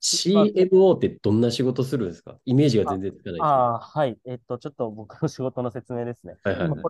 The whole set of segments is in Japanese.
ま CMO ってどんな仕事するんですか？イメージが全然つかないですね。 はい。ちょっと僕の仕事の説明ですね。これはいはいはい。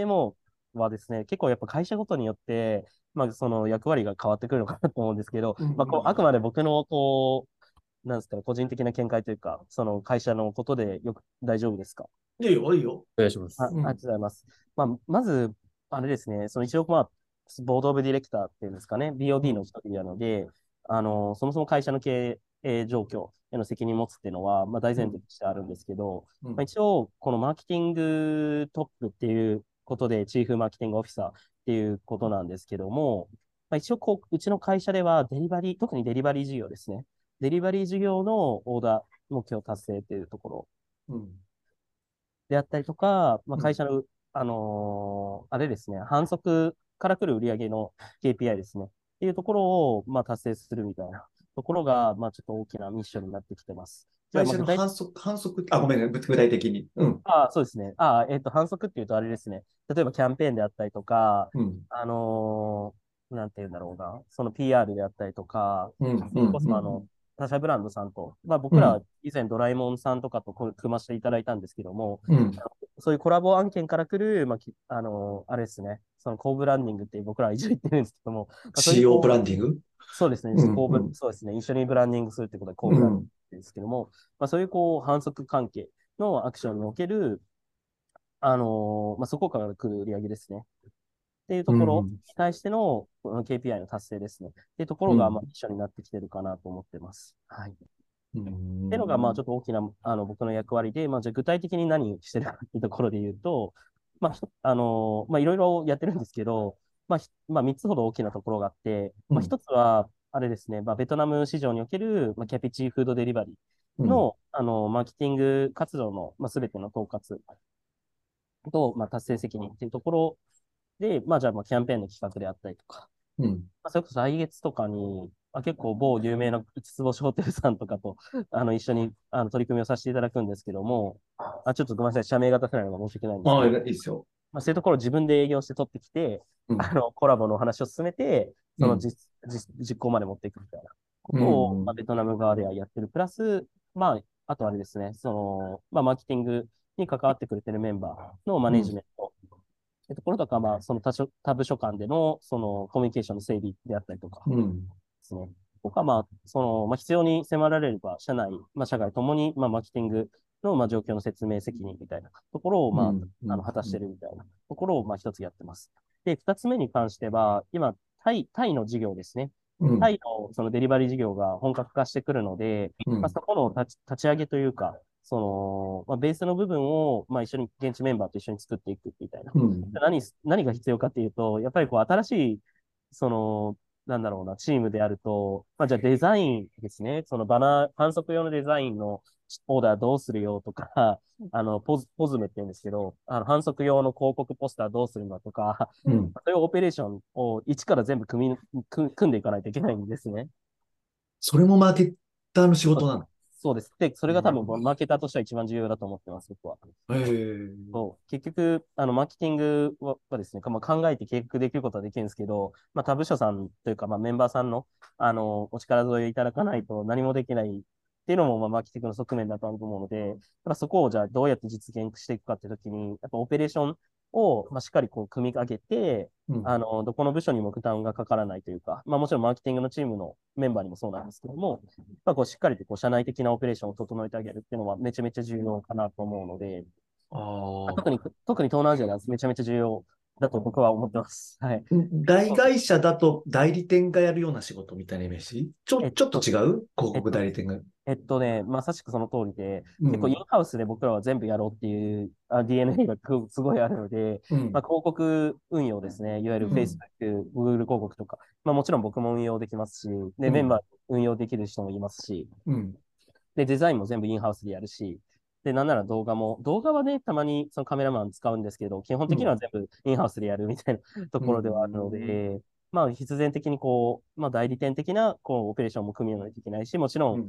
CMO はですね、結構やっぱ会社ごとによって、その役割が変わってくるのかなと思うんですけど、 うんうあくまんで僕の、なんですかね、個人的な見解というか、その会社のことで大丈夫ですか？ うん。いいよ、いいよ。 あ、 お願いします。 ありがとうございます。まず、あれですね、その一応、ボードオブディレクターっていうんですかね、 う BOD のん。 一人なので、そもそも会社の経営状況への責任を持つっていうのは、大前提うん。 としてあるんですけど、 うん。 一応、このマーケティングトップっていうことで、チーフマーケティングオフィサーっていうことなんですけども、一応うちの会社ではデリバリー、特にデリバリー事業ですね。デリバリー事業のオーダー目標達成っていうところうん。 であったりとか、 うん。 会社の、あれですね、販促から来る売上の KPI ですね。っていうところを、達成するみたいなところが、ちょっと大きなミッションになってきてます。じゃあ、 会社の反則、あ、ごめんね、具体的に。うん。 そうですね。反則っていうとあれですね。例えばキャンペーンであったりとか、 うん。 なんて言うんだろうな。その PR であったりとか、 うん。うん。 それこうん。 そ他社ブランドさんと、僕らうん。 以前ドラえもんさんとかと組ませていただいたんですけども、 うん。 そういうコラボ案件から来る、あれですね。そのコーブランディングって僕らは一応言ってるんですけども、そういう CO ブランディング。 そうですね。 うん。うん。 そうですね。一緒にブランディングするってことで、コーブランディンうん。 グですけども、そういう反則関係のアクションにおける、そこから来る売り上げですね。っていうところうん。 に対してのKPI の達成ですね。っていうところが、 うん。 一緒になってきてるかなと思ってます。はい。っうていうのが、ちょん。 っと大きな、僕の役割で、じゃあ具体的に何をしてるかっていうところで言うと、いろいろやってるんですけど、3つほど大きなところがあって、 うん。 1つは、あれですね、ベトナム市場における、キャピチフードデリバリうん。 ーの、マーケティング活動の、すべての統括と、達成責任っていうところで、じゃあ、キャンペーンの企画であったりとか、 うん。 それこそ来月とかに、結構某有名な五つ星ホテルさんとかと、一緒に取り組みをさせていただくんですけども、ちょっとごめんなさい、社名が出せないのが申し訳ないんですああ、いいけど、 ですよ。 そういうところを自分で営業して取ってきて、 うん。 コラボのお話を進めて、そのうん。 実行まで持っていくみたいなこうとを、 ん。 ベトナム側ではやってる。プラス、あとあれですね、マーケティングに関わってくれてるメンバーのマネジうん。 メントところとか、その他部署間での、そのコミュニケーションの整備であったりとかうん。 ですね。とか、必要に迫られれば、社外ともに、マーケティングの、状況の説明責任みたいなところを、 うん。うん。 果たしてるみたいなところを、一つやってます。で、二つ目に関しては、今、タイの事業ですね。 うん。 タイのそのデリバリー事業が本格化してくるので、 うん。 そこの立ち上げというか、ベースの部分を、一緒に、現地メンバーと一緒に作っていくみたいな。 うん。 何が必要かっていうと、やっぱり新しい、その、なんだろうな、チームであると、じゃあデザインですね。その反則用のデザインのオーダーどうするよとか、ポズムって言うんですけど、反則用の広告ポスターどうするのとか、 うん。 そういうオペレーションを一から全部組んでいかないといけないんですね。 それもマーケターの仕事なの？ そうです。で、それが多分マーケターとしては一番重要だと思ってます、僕は。 へえ。 結局、マーケティングはですね、考えて計画できることはできるんですけど、他部署さんというか、メンバーさんの、お力添えいただかないと何もできないっていうのも、マーケティングの側面だと思うので、そこをじゃあどうやって実現していくかっていうときに、やっぱオペレーションを、しっかり組み上げて、 うん。 どこの部署にも負担がかからないというか、もちろんマーケティングのチームのメンバーにもそうなんですけども、しっかりと社内的なオペレーションを整えてあげるっていうのはめちゃめちゃ重要かなと思うので、 ああ。 特に東南アジアがめちゃめちゃ重要だと僕は思ってます。はい。 大会社だと代理店がやるような仕事みたいなイメージえっちょっとと、 違う広告えっと、 代理店が。 まさしくその通りで、結構インうん。 ハウスで僕らは全部やろうっていうDNA がすごいあるので、 うん。 広告運用ですね。いわゆるうん。 Facebook、Google 広告とか、もちろん僕も運用できますし、で、メンバーうん。 運用できる人もいますし、 うん。 で、デザインも全部インハウスでやるし、で、なんなら動画はね、たまにそのカメラマン使うんですけど、基本的にはうん。 全部インハウスでやるみたいなとうころではあるのん。 で、必然的に代理店的な、オペレーションも組みないといけないし、もちろん、 うん。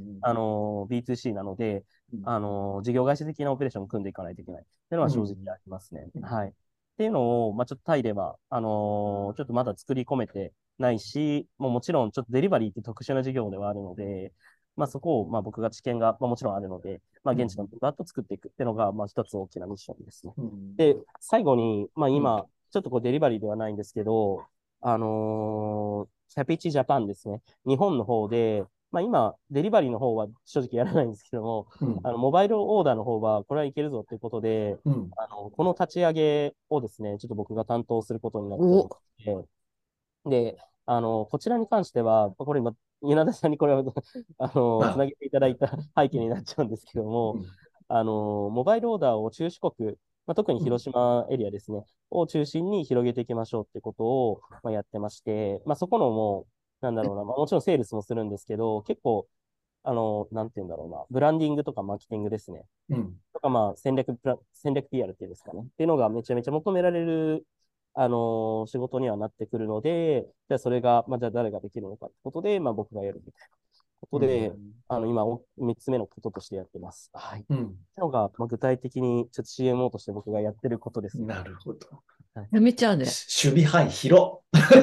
B2C なので、 うん。 事業会社的なオペレーションも組んでいかないといけないっていうのはう正直あん。 りますね。はい。っていうのを、ちょっとタイでは、ちょっとまだ作り込めてないし、もちろんちょっとデリバリーって特殊な事業ではあるので、 まあ、そこを、まあ、僕が知見が、まあ、もちろんあるので、まあ、 うん現地のメンバーと作っていくっていうのが、まあ、一つ大きなミッションですね。 うんで、最後に、まあ、 うん今、ちょっとこうデリバリーではないんですけど、キャピチジャパンですね。日本の方で、まあ、今、デリバリーの方は正直やらないんですけども、 うんモバイルオーダーの方は、これはいけるぞということで、 うんこの立ち上げをですね、ちょっと僕が担当することになっておりお、 まして、で、こちらに関しては、これ今、稲田さんにこれをつあ、 なげていただいた背景になっちゃうんですけども、 うんモバイルオーダーを中四国、まあ、特にうん広島エリアですね、を中心に広げていきましょうってことを、まあ、やってまして、まあ、そこのもう、なんだろうな、まあ、もちろんセールスもするんですけど、結構、なんて言うんだろうな、ブランディングとかマーケティングですね。 うんとか、まあ、戦略 PR っていうんですかね。っていうのがめちゃめちゃ求められる、仕事にはなってくるので、じゃあそれが、まあ、じゃあ誰ができるのかってことで、まあ、僕がやるみたいなことで、今、3つ目のこととしてやってます。はい。っていうんうのが、まあ、具体的に、ちょっと CMO として僕がやってることですね。 なるほど。 やめちゃうね。 守備範囲広。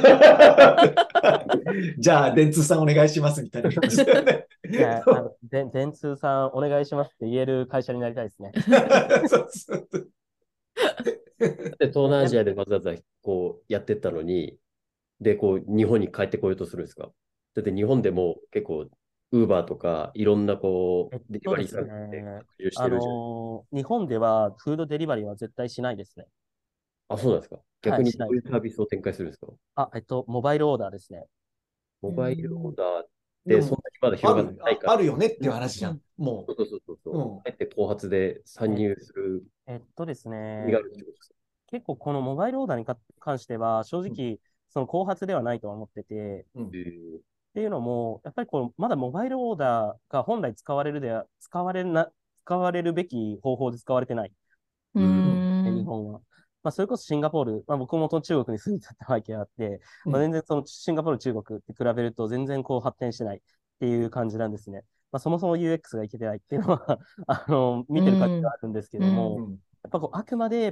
じゃあ、電通さんお願いしますみたいな感じだよね。 いや、電通さんお願いしますって言える会社になりたいですね。 そうそうで、東南アジアでわざわざこうやってったのに、で、こう、日本に帰ってこようとするんですか？だって日本でも結構、ウーバーとか、いろんなこう、デリバリーですサービスでね。 拡充してるじゃん。 日本ではフードデリバリーは絶対しないですね。 あ、そうなんですか。 はい、 逆にしないです。 どういうサービスを展開するんですか？ モバイルオーダーですね。 モバイルオーダーっでも、 てそんなにまだ広がってないから。 あるよねっていう話じゃん。もそうそうそうそう。 うんあえて後発で参入するですね。 意味があるってことですか？ 結構このモバイルオーダーに関しては、正直、その後発ではないとは思ってて、 うんっていうのも、やっぱりこう、まだモバイルオーダーが本来使われるべき方法で使われてない。 う日ん。 本は。まあ、それこそシンガポール、まあ、僕も中国に住んでた背景があって、まあ、全然そのシンガポール、中国って比べると全然こう発展してないっていう感じなんですね。まあ、そもそも UX がいけてないっていうのは見てる感じがあるんですけども、やっぱこうあくまで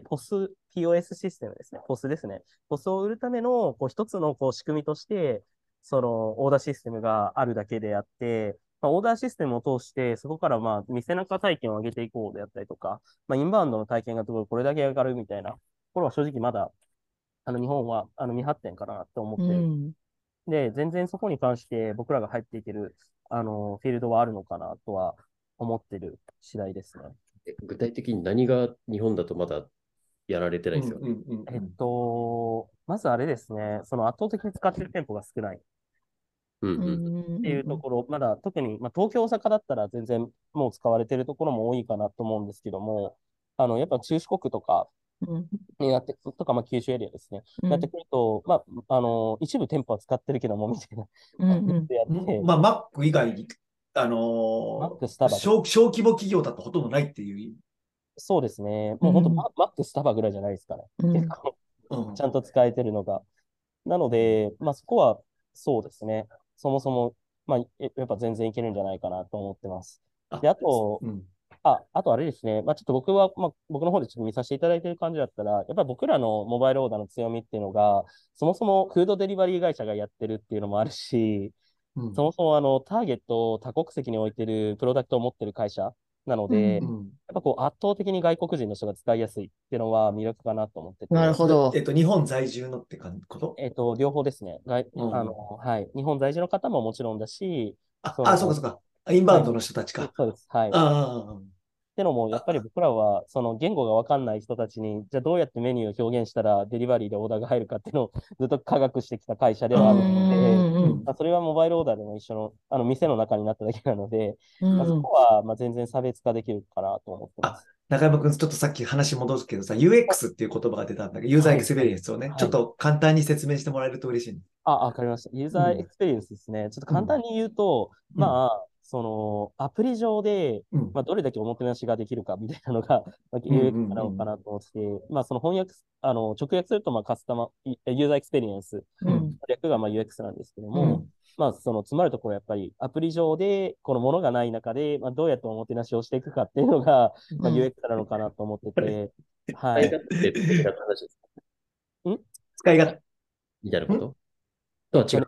POS システムですね。ポスですね。ポスを売るためのこう一つのこう仕組みとして、そのオーダーシステムがあるだけであって、まあ、オーダーシステムを通して、そこからまあ店中体験を上げていこうであったりとか、まあ、インバウンドの体験がこれだけ上がるみたいなところは正直まだ、日本は未発展かなと思ってる。で、全然そこに関して僕らが入っていける、フィールドはあるのかなとは思ってる次第ですね。 具体的に何が日本だとまだやられてないんですか？ まずあれですね、その圧倒的に使っている店舗が少ない。っていうところ、まだ特に、まあ、東京、大阪だったら全然もう使われてるところも多いかなと思うんですけども、やっぱ中四国とかになって、とか、まあ、九州エリアですね、なってくると、まあ、一部店舗は使ってるけども、みたいな感じでやって、 まあ、マック以外に、 マック、スタバ小規模企業だとほとんどないっていう。 そうですね。もう本当、マック、スタバぐらいじゃないですかね。結構、ちゃんと使えてるのが。なので、まあ、そこは、そうですね。そもそも、まあ、やっぱ全然いけるんじゃないかなと思ってます。で、あと、あとあれですね。まあ、ちょっと僕は、まあ、僕の方でちょっと見させていただいている感じだったら、やっぱり僕らのモバイルオーダーの強みっていうのが、そもそもフードデリバリー会社がやってるっていうのもあるし、そもそもターゲットを多国籍に置いてるプロダクトを持ってる会社なので、やっぱこう圧倒的に外国人の人が使いやすいっていうのは魅力かなと思ってて。 なるほど。 日本在住のってこと両方ですね。はい。日本在住の方ももちろんだし、 そうかそうか。インバウンドの人たちか。 そうです。はい。ってのも、やっぱり僕らは、その言語がわかんない人たちに、じゃあどうやってメニューを表現したらデリバリーでオーダーが入るかっていうのをずっと科学してきた会社ではあるので、それはモバイルオーダーでも一緒の、店の中になっただけなので、そこは全然差別化できるかなと思ってます。 中山君、ちょっとさっき話戻すけどさ、UX っていう言葉が出たんだけど、ユーザーエクスペリエンスをね、ちょっと簡単に説明してもらえると嬉しい。 わかりました。ユーザーエクスペリエンスですね。ちょっと簡単に言うと、まあ、その、アプリ上で、まあ、どれだけおもてなしができるかみたいなのが、UX なのかなと思って、まあ、その翻訳、直訳すると、まあ、ユーザーエクスペリエンス、略がまあ UX なんですけども、まあ、その、つまるところ、やっぱり、アプリ上で、このものがない中で、まあ、どうやっておもてなしをしていくかっていうのが、まあ、UX なのかなと思ってて、はい。 使い勝手みたいなこととは違う。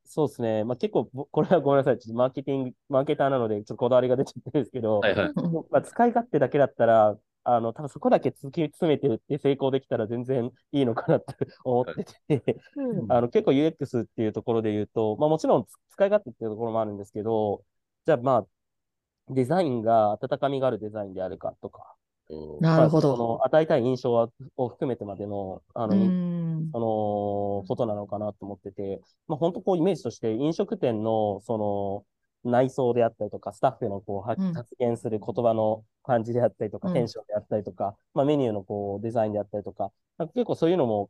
そうですね。まあ、結構これはごめんなさい。ちょっとマーケターなので、ちょっとこだわりが出ちゃってるんですけど、 はいはい。 まあ、使い勝手だけだったら、多分そこだけ突き詰めてって成功できたら全然いいのかなって思ってて、結構 UX っていうところで言うと、まあもちろん使い勝手っていうところもあるんですけど、じゃあまあ、デザインが温かみがあるデザインであるかとか、 うん。 なまあ、 るほど。 与えたい印象を含めてまでの、 うん。 ことなのかなと思ってて、まあ、本当こうイメージとして飲食店の、内装であったりとか、スタッフのこううん発言する言葉の感じであったりとか、テンションであったりとか、まあ、メニューのこうデザインであったりとか、なんか結構そういうのも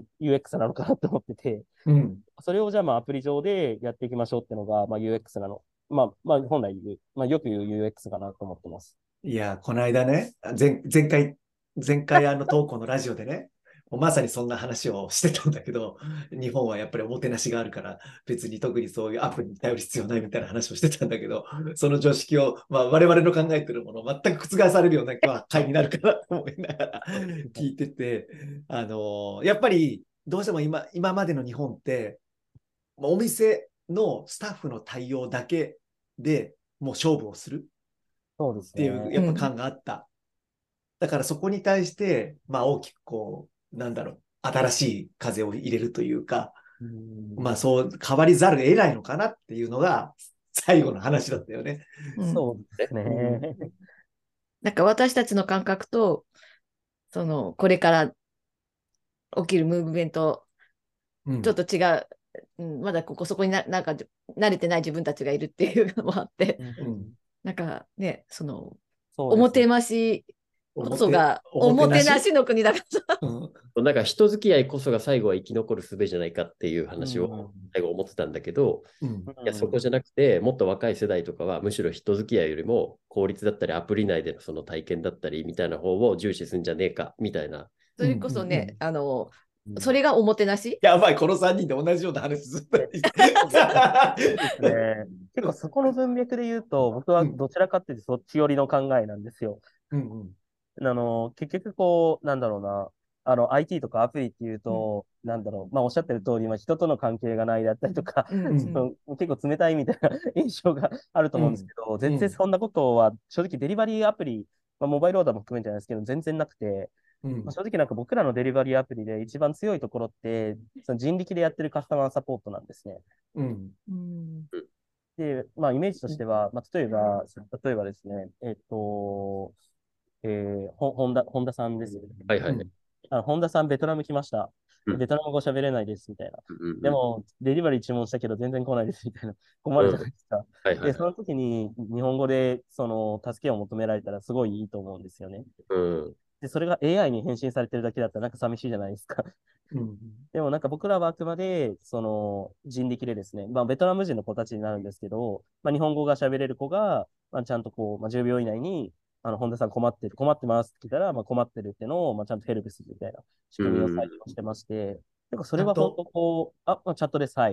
UX なのかなと思ってて、それをじゃあまあアプリ上でやっていきましょうっていうのが、まあ、UX なの。まあ本来言う、まあよく言う UX かなと思ってます。 いや、この間ね、前回投稿のラジオでね、もうまさにそんな話をしてたんだけど、日本はやっぱりおもてなしがあるから、別に特にそういうアプリに頼る必要ないみたいな話をしてたんだけど、その常識を、まあ、我々の考えてるものを全く覆されるような回になるかなと思いながら聞いてて、やっぱりどうしても今までの日本って、お店のスタッフの対応だけでもう勝負をするっていうそうですね。 やっぱ感があった。だからそこに対して、まあ大きくこう、なんだろう、新しい風を入れるというか、まあそう変わりざるを得ないのかなっていうのが最後の話だったよね。 そうですね。 なんか私たちの感覚と、これから起きるムーブメント、ちょっと違う、まだそこになんか慣れてない自分たちがいるっていうのもあって、なんかね、おもてなしこそがおもてなしの国だから。 なんか人付き合いこそが最後は生き残る術じゃないかっていう話を最後思ってたんだけど、いやそこじゃなくて、もっと若い世代とかはむしろ人付き合いよりも効率だったりアプリ内でのその体験だったりみたいな方を重視するんじゃねえかみたいな。 それこそね、それがおもてなし。 やばい、この3人で同じような話ずっとですね。結構そこの文脈で言うと、僕はどちらかっていうとそっち寄りの考えなんですよ。結局こう、なんだろうな、IT とかアプリっていうと、なんだろう、まあおっしゃってる通り、まあ人との関係がないだったりとか、結構冷たいみたいな印象があると思うんですけど、全然そんなことは、正直デリバリーアプリ、まあ、モバイルオーダーも含めてなんですけど、全然なくて、まあ、正直なんか僕らのデリバリーアプリで一番強いところって、その人力でやってるカスタマーサポートなんですね。で、まあイメージとしては、まあ、例えばですね、本田さんですよね。 はいはい。 本田さん、ベトナム来ました。ベトナム語喋れないです、みたいな。でも、デリバリー注文したけど全然来ないです、みたいな。困るじゃないですか。で、その時に日本語で、助けを求められたらすごいいいと思うんですよね。で、それが AI に返信されてるだけだったらなんか寂しいじゃないですか。でもなんか僕らはあくまで、人力でですね、まあベトナム人の子たちになるんですけど、まあ日本語が喋れる子が、まあちゃんとこう、まあ10秒以内に、本田さん困ってますって聞いたら、まあ困ってるっていうのを、まあちゃんとヘルプするみたいな仕組みを採用してまして、なんかそれは本当こう、まあチャットです、はい。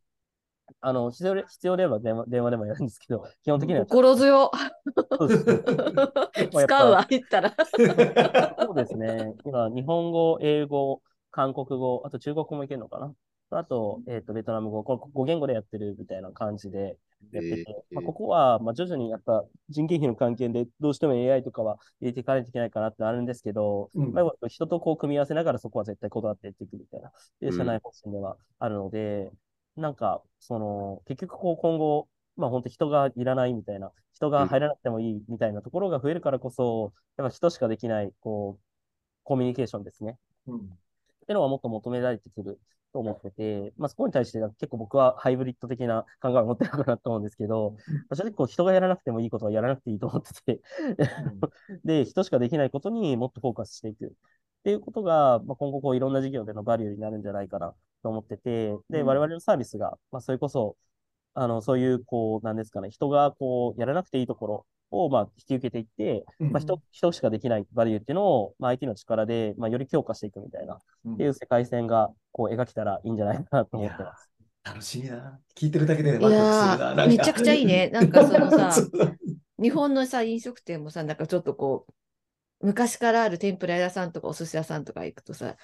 必要であれば電話でもやるんですけど、基本的には。 心強。 そうですね。 使うわ、言ったら。 そうですね。今、日本語、英語、韓国語、あと中国語もいけるのかな。あと、ベトナム語、この5言語でやってるみたいな感じでやってて、まあ、ここは、まあ、徐々にやっぱ人件費の関係でどうしても AI とかは入れていかないといけないかなってあるんですけど、まあ、人とこう組み合わせながらそこは絶対こだわってやっていくみたいな、社内方針ではあるので、なんか、結局こう今後、まあ本当人がいらないみたいな、人が入らなくてもいいみたいなところが増えるからこそ、やっぱ人しかできない、こう、コミュニケーションですね。っていうのはもっと求められてくると思ってて、まあそこに対して結構僕はハイブリッド的な考えを持ってるかなと思うんですけど、正直こう人がやらなくてもいいことはやらなくていいと思っててで、人しかできないことにもっとフォーカスしていく。っていうことが、まあ、今後こういろんな事業でのバリューになるんじゃないかなと思ってて、で、我々のサービスが、まあ、それこそ、そういう、こう、なんですかね、人が、こう、やらなくていいところを、まあ、引き受けていって、まあ、人しかできないバリューっていうのを、まあ、IT の力で、まあ、より強化していくみたいな、っていう世界線が、こう、描けたらいいんじゃないかなと思ってます。 楽しみな。聞いてるだけでワクワクするな。 めちゃくちゃいいね。なんか日本のさ、飲食店もさ、なんかちょっとこう、昔からある天ぷら屋さんとかお寿司屋さんとか行くとさ、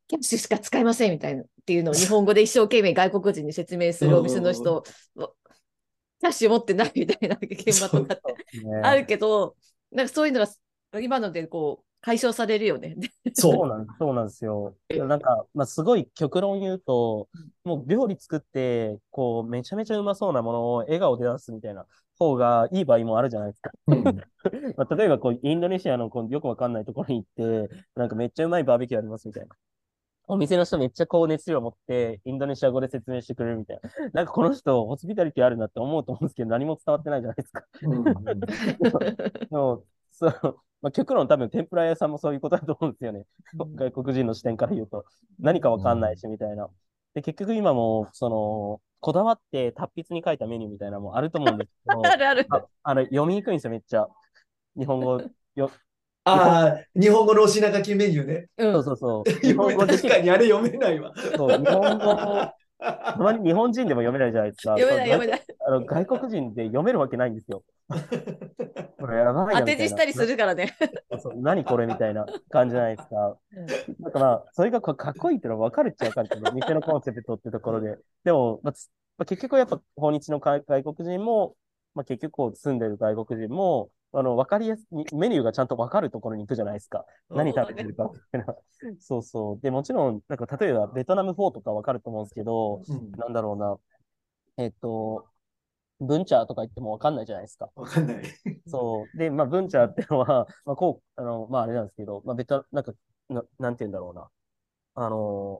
キャッシュしか使えませんみたいなっていうのを日本語で一生懸命外国人に説明するお店の人、キャッシュ持ってないみたいな現場とかってあるけど、なんかそういうのが今のでこう解消されるよね。 そう。 そうなんですよ。なんか、まあ、すごい極論言うと、もう料理作って、こう、めちゃめちゃうまそうなものを笑顔で出すみたいな方がいい場合もあるじゃないですか。まあ、例えば、こう、インドネシアのこうよくわかんないところに行って、なんかめっちゃうまいバーベキューありますみたいな。お店の人めっちゃこう熱量を持って、インドネシア語で説明してくれるみたいな。なんかこの人、ホスピタリティあるなって思うと思うんですけど、何も伝わってないじゃないですか。でもそう、まあ、極論多分天ぷら屋さんもそういうことだと思うんですよね。外国人の視点から言うと。何かわかんないしみたいな。で、結局今も、こだわって達筆に書いたメニューみたいなのもあると思うんですけど、 あるある。 読みにくいんですよ、めっちゃ。日本語、日本、 ああ、日本語のお品書きメニューね。 うん。 そうそうそう。日本語で確かにあれ読めないわ。 そう、日本語、たまに日本人でも読めないじゃないですか。 読めない読めない。 外国人で読めるわけないんですよ。これやばいな当みたいな。 て字したりするからね。 何これみたいな感じじゃないですか。だから、それがかっこいいっていうのは分かるっちゃ分かるけど、店のコンセプトってところで。でも、結局やっぱ訪日の外国人も、まあ、結局こう住んでる外国人も、分かりやすい、メニューがちゃんと分かるところに行くじゃないですか。何食べてるかっていうのは。そうそう。で、もちろん、なんか例えばベトナムフォーとか分かると思うんですけど、なんだろうな。ブンチャーとか言っても分かんないじゃないですか。 わかんない。 そう。で、まあ、ブンチャーってのは、まあ、まあ、あれなんですけど、まあ、なんか、なんて言うんだろうな。あの、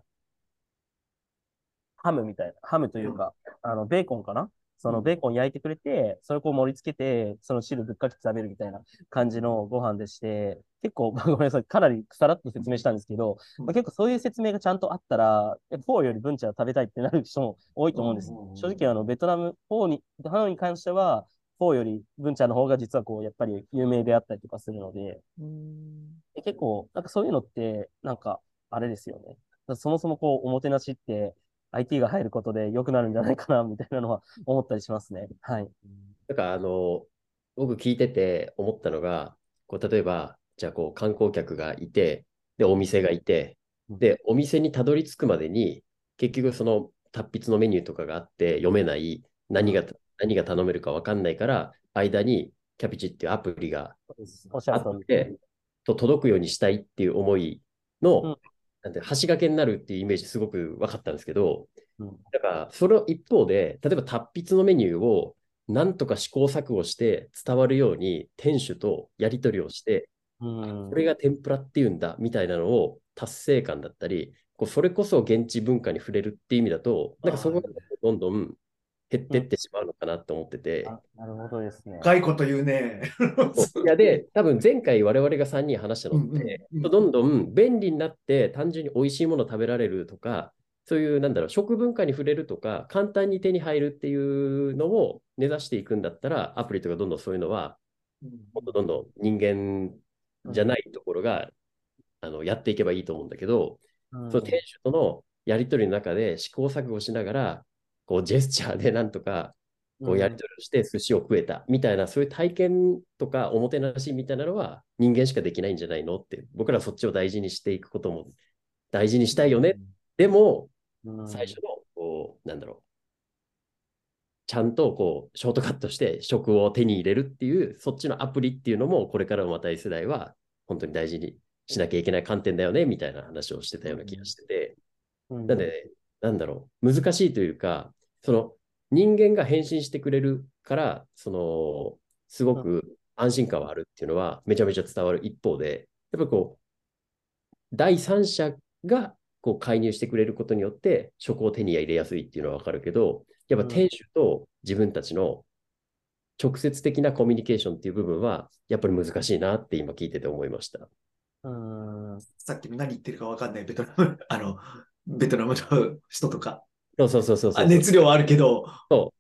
ハムみたいな、ハムというか、ベーコンかな。そのベーコン焼いてくれて、それをこう盛り付けて、その汁ぶっかけて食べるみたいな感じのご飯でして、結構、まあごめんなさい、かなりさらっと説明したんですけど、まあ、結構そういう説明がちゃんとあったら、フォーよりブンチャー食べたいってなる人も多いと思うんです。正直、ベトナム、ハノイに関しては、フォーよりブンチャーの方が実はこう、やっぱり有名であったりとかするので、結構、なんかそういうのって、なんか、あれですよね。そもそもこう、おもてなしって、IT が入ることで良くなるんじゃないかな、みたいなのは思ったりしますね。はい。 なんか僕聞いてて思ったのが、こう例えば、じゃあこう観光客がいて、で、お店がいて、で、お店にたどり着くまでに、結局その達筆のメニューとかがあって読めない、何が頼めるか分かんないから、間にキャピチっていうアプリがおっしゃある通り。 って届くようにしたいっていう思いの、なんて橋掛けになるっていうイメージすごく分かったんですけど、だからその一方で、例えば達筆のメニューをなんとか試行錯誤して伝わるように店主とやり取りをして、これが天ぷらっていうんだみたいなのを達成感だったり、こうそれこそ現地文化に触れるっていう意味だと、なんかそこがどんどん減ってってしまうのかなと思ってて。 なるほどですね。 深いこと言うね。 いやで、多分前回我々が3人話したのって、どんどん便利になって単純に美味しいもの食べられるとか、そういうなんだろう、食文化に触れるとか、簡単に手に入るっていうのを目指していくんだったら、アプリとかどんどんそういうのは、もっとどんどん人間じゃないところが、やっていけばいいと思うんだけど、その店主とのやり取りの中で試行錯誤しながら、こうジェスチャーでなんとかこうやり取りをして寿司を食えたみたいな、そういう体験とかおもてなしみたいなのは人間しかできないんじゃないのって、僕らはそっちを大事にしていくことも大事にしたいよね。でも、最初の、こう、なんだろう、ちゃんとこうショートカットして食を手に入れるっていう、そっちのアプリっていうのも、これからのまた世代は本当に大事にしなきゃいけない観点だよねみたいな話をしてたような気がしてて、なんで、なんだろう、難しいというか、その人間が返信してくれるから、すごく安心感はあるっていうのはめちゃめちゃ伝わる一方で、やっぱりこう、第三者がこう介入してくれることによって食を手に入れやすいっていうのはわかるけど、やっぱ店主と自分たちの直接的なコミュニケーションっていう部分は、やっぱり難しいなって今聞いてて思いました。 さっきの何言ってるか分かんないベトナム、ベトナムの人とか。 そう。 熱量はあるけど、 そう。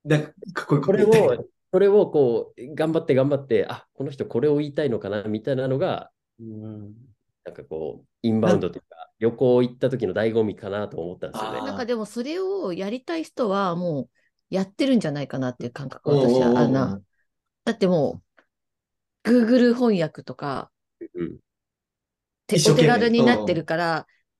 なんかかっこいいこと言ったりとか。 それをこう、頑張って、あ、この人これを言いたいのかな、みたいなのが、なんかこう、インバウンドというか、旅行行った時の醍醐味かなと思ったんですよね。 なんかでもそれをやりたい人はもうやってるんじゃないかなっていう感覚、私はあるな。だってもう、Google 翻訳とか、お手軽になってるから、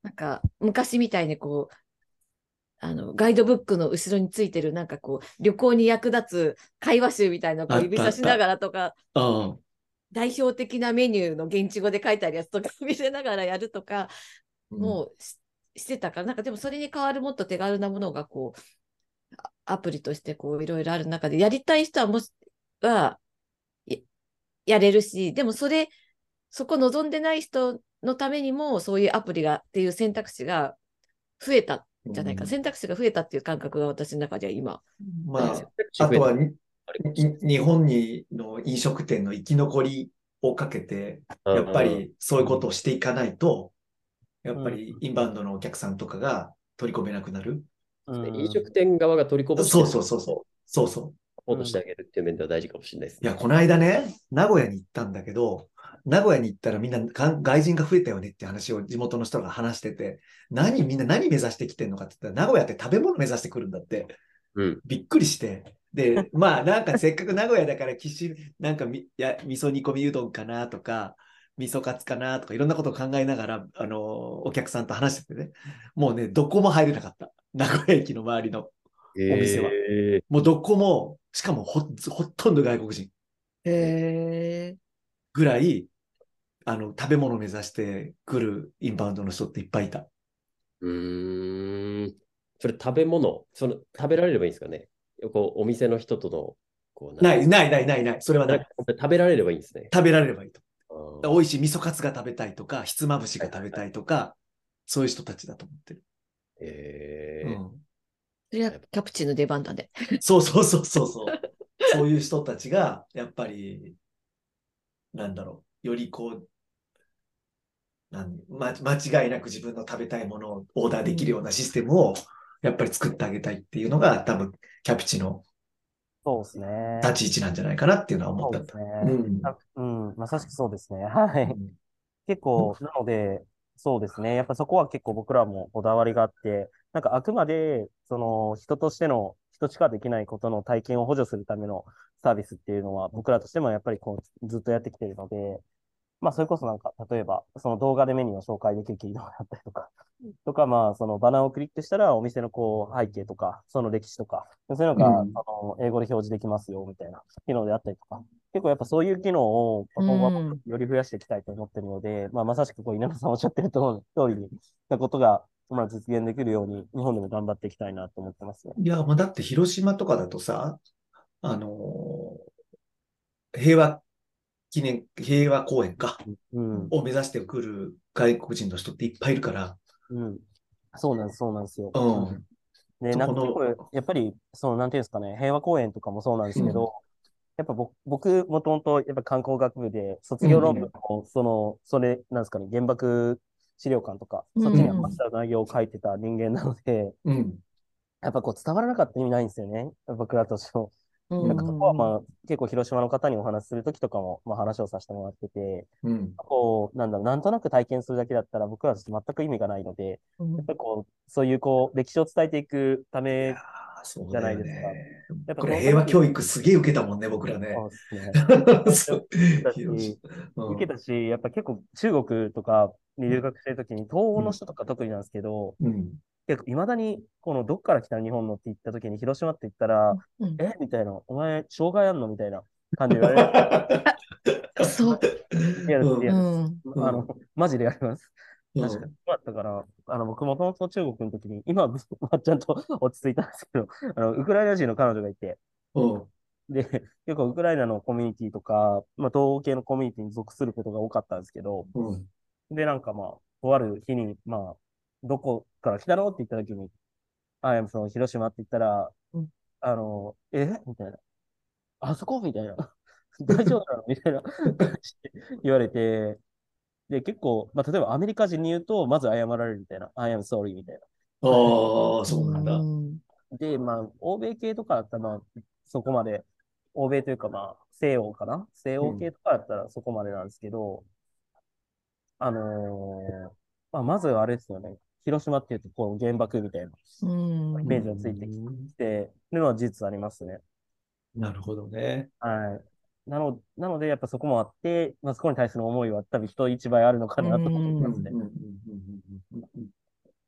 なんか昔みたいにガイドブックの後ろについてるなんか旅行に役立つ会話集みたいなのをあっ指たあった。 さしながらとか、 うん。 代表的なメニューの現地語で書いてあるやつとか見せながらやるとか、 うん。 もうしてたから、なんかでもそれに代わるもっと手軽なものがアプリとしていろいろある中で、やりたい人ははややれるし、でもそこ望んでない人のためにも、そういうアプリっていう選択肢が増えたんじゃないか。 うん。 選択肢が増えたっていう感覚が私の中では今、あるんですよ。 まあ、 増えたのあとはあれかもし日本の飲食店の生き残りをかけて、 れない。 やっぱりそういうことをしていかないと、やっうん。 ぱりインバウンドのお客さんとかが取り込めなくなる。 う飲食ん。 店側が取りこぼしてそうるそうそうそう。そうそう。 サポートしてあげるっていう面では大事かもしれないですいや、 ね。 この間ね、名古屋に行ったんだけど、名古屋に行ったらみんな外人が増えたよねって話を地元の人が話してて、みんな何目指してきてんのかって言ったら、名古屋って食べ物目指してくるんだって。 うん。 びっくりして。で、まあなんかせっかく名古屋だからなんか味噌煮込みうどんかなとか、味噌カツかなとかいろんなことを考えながら、お客さんと話しててね、もうね、どこも入れなかった。名古屋駅の周りのお店は。 えもうどこも、しかもほとんど外国人へえ。 ぐらい、食べ物を目指して来るインバウンドの人っていっぱいいた。 うそれ食べ物、食べられればいいんですかね。お店の人との、なんていうんですか。 ない。それはない。 食べられればいいんですね。 食べられればいいと。 あ美ー味しい味噌カツが食べたいとか、ひつまぶしが食べたいとか、そういう人たちだと思ってる。うえん。 それはキャプチーの出番だね。 そう。そういう人たちが、やっぱり、より間違いなく自分の食べたいものをオーダーできるようなシステムを、やっぱり作ってあげたいっていうのが、多分、キャプチのそうですね。 立ち位置なんじゃないかなっていうのは思ったんだ。 そうですね。 うん。 うん、まさしくそうですね。はい。 うん。 結構、なので、そうですね。やっぱそこは結構僕らもこだわりがあって、なんかあくまで、人としての、人しかできないことの体験を補助するためのサービスっていうのは、僕らとしてもやっぱりずっとやってきているので、まあ、それこそなんか、例えば、その動画でメニューを紹介できる機能だったりまあ、そのバナーをクリックしたら、お店の背景とか、その歴史とか、そういうのが、 うん。 英語で表示できますよ、みたいな機能であったりとか、結構やっぱそういう機能をう今後はん。 より増やしていきたいと思っているので、まあ、まさしく稲田さんおっしゃってる通りなことが、まあ、実現できるように、日本でも頑張っていきたいなと思ってますね。 いや、まあ、だって広島とかだとさ、あの平和平和公園か、 うん。 を目指してくる外国人の人っていっぱいいるから、 うん。そうなんです、そうなんですよ。 ううん。 ん。 で、 そこの、 なんか結構、やっぱり、なんていうんですかね、平和公園とかもそうなんですうん、 けど、やっぱ僕、もともと、やっぱ観光学部で、卒うん、 業論文うん、 を、なんですかね、原爆資料館とか、 うそっちに合わせん。 た内容を書いてた人間なので、 うん、 やっぱ伝わらなかった意味ないんですよね。僕らとしても。 うなんかそこはん。 まあ、結構広島の方にお話しするときとかも、まあ話をさせてもらってて、 うん。 なんとなく体験するだけだったら僕は全く意味がないので、 うん。 やっぱりそういう歴史を伝えていくたいやめー、そうじゃだよないですか。 ね。 やっぱこれそのために、 平和教育すげえ受けたもんね、僕らね。 そうですね。受そうけたし、 広島。うん、 やっぱ結構中国とかに留学してるときに、東欧のうん、 人とか特になんですけど、 うん。 結構未だに、どっから来た日本のって言ったときに、広島って言ったら、 うん。 みたいな、お前、障害あんのみたいな感じで言われる。 そう。 うん、 いや、 うん。 うん、 マジでやります。確かに。 うん、 そうだったから、僕もともと中国の時に、今はちゃんと落ち着いたんですけど、ウクライナ人の彼女がいて、 うん、 で、結構ウクライナのコミュニティとか、まあ、東欧系のコミュニティに属することが多かったんですけど、 うん、 で、なんかまあ、とある日に、まあ、どこから来たのって言った時に、その広島って言ったら、 うん。 みたいな。あそこみたいな。大丈夫なのみたいな感じで言われて、で、結構、まあ、例えばアメリカ人に言うと、まず謝られるみたいな。I am sorry みたいな。 ああ、 うそうなんだ。 ん。 で、まあ、欧米系とかだったら、まあ、そこまで、欧米というか、まあ、西洋かな西うん、 欧系とかだったらそこまでなんですけど、まあ、まずあれですよね。広島っていうと、原爆みたいなううイメーん。 ジがついてきん。 てるのは事実ありますね。 なるほどね。 はい。なので、やっぱそこもあって、まあ、そこに対する思いは多分人一倍あるのかうなと思いうん、うますね。 ん、うん、うん、うん。うん。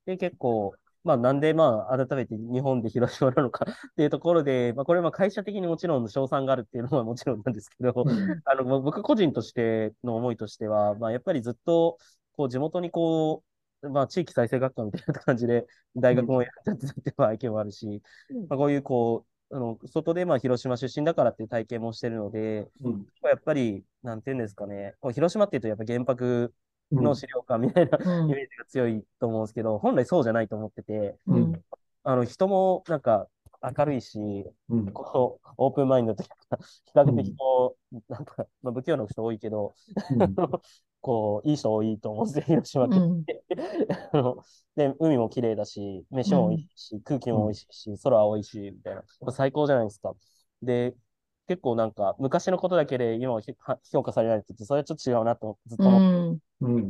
で、結構、まあ、なんで、まあ、改めて日本で広島なのかっていうところで、まあ、これは会社的にもちろん賞賛があるっていうのはもちろんなんですけど、 うん。 僕個人としての思いとしては、まあ、やっぱりずっと、こう、地元にこう、まあ、地域再生学科みたいな感じで、大うん。 学もやっちゃってたっていう背景もあるし、まあ、こういう、こう、外で、まあ、広島出身だからっていう体験もしてるので、 うん。 やっぱり、なんていうんですかね、こう広島っていうと、やっぱ原爆のうん。 資料館みたいなうん。 イメージが強いと思うんですけど、本来そうじゃないと思ってて、 うん。 うん。 人もなんか明るいし、 うん。 こう、オープンマインドというか、比較的うん。 こう、なんか、まあ、不器用な人多いけど、 うん。 こう、いい人多いと思うんですよ、広島県っうん。 て。あので、海も綺麗だし、飯も美味しうん。 いし、空気も美うん。 味しいし、空は青いし、みたいな。やっぱ最高じゃないですか。で、結構なんか、昔のことだけで今は評価されられてて、それはちょっと違うなとずっうと思ってん。 うん。うん。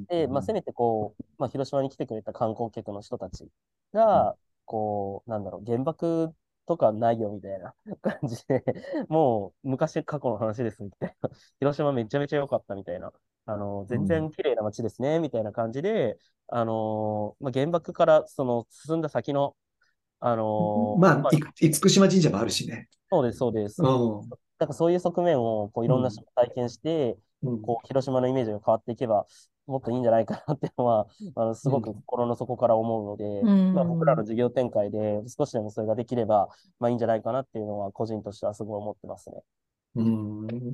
で、まあ、せめてこう、まあ、広島に来てくれた観光客の人たちが、こう、なんだろう、原爆とかないよみたいな感じで、もう昔過去の話ですみたいな、広島めちゃめちゃ良かったみたいな、全然綺麗な街ですねみたいな感じで、まあ、原爆からその進んだ先の、 まあ、 まあ、 厳島神社もあるしね。 そうです、そうです。 うん。 なんかそういう側面をこういろんなうん。 人が体験して、 うん。 こう広島のイメージが変わっていけば、もっといいんじゃないかなっていうのは、すごくうん。 心の底から思うのうで、まあ、僕らん。 の事業展開で少しでもそれができれば、まあいいんじゃないかなっていうのは個人としてはすごい思ってますね。 うん。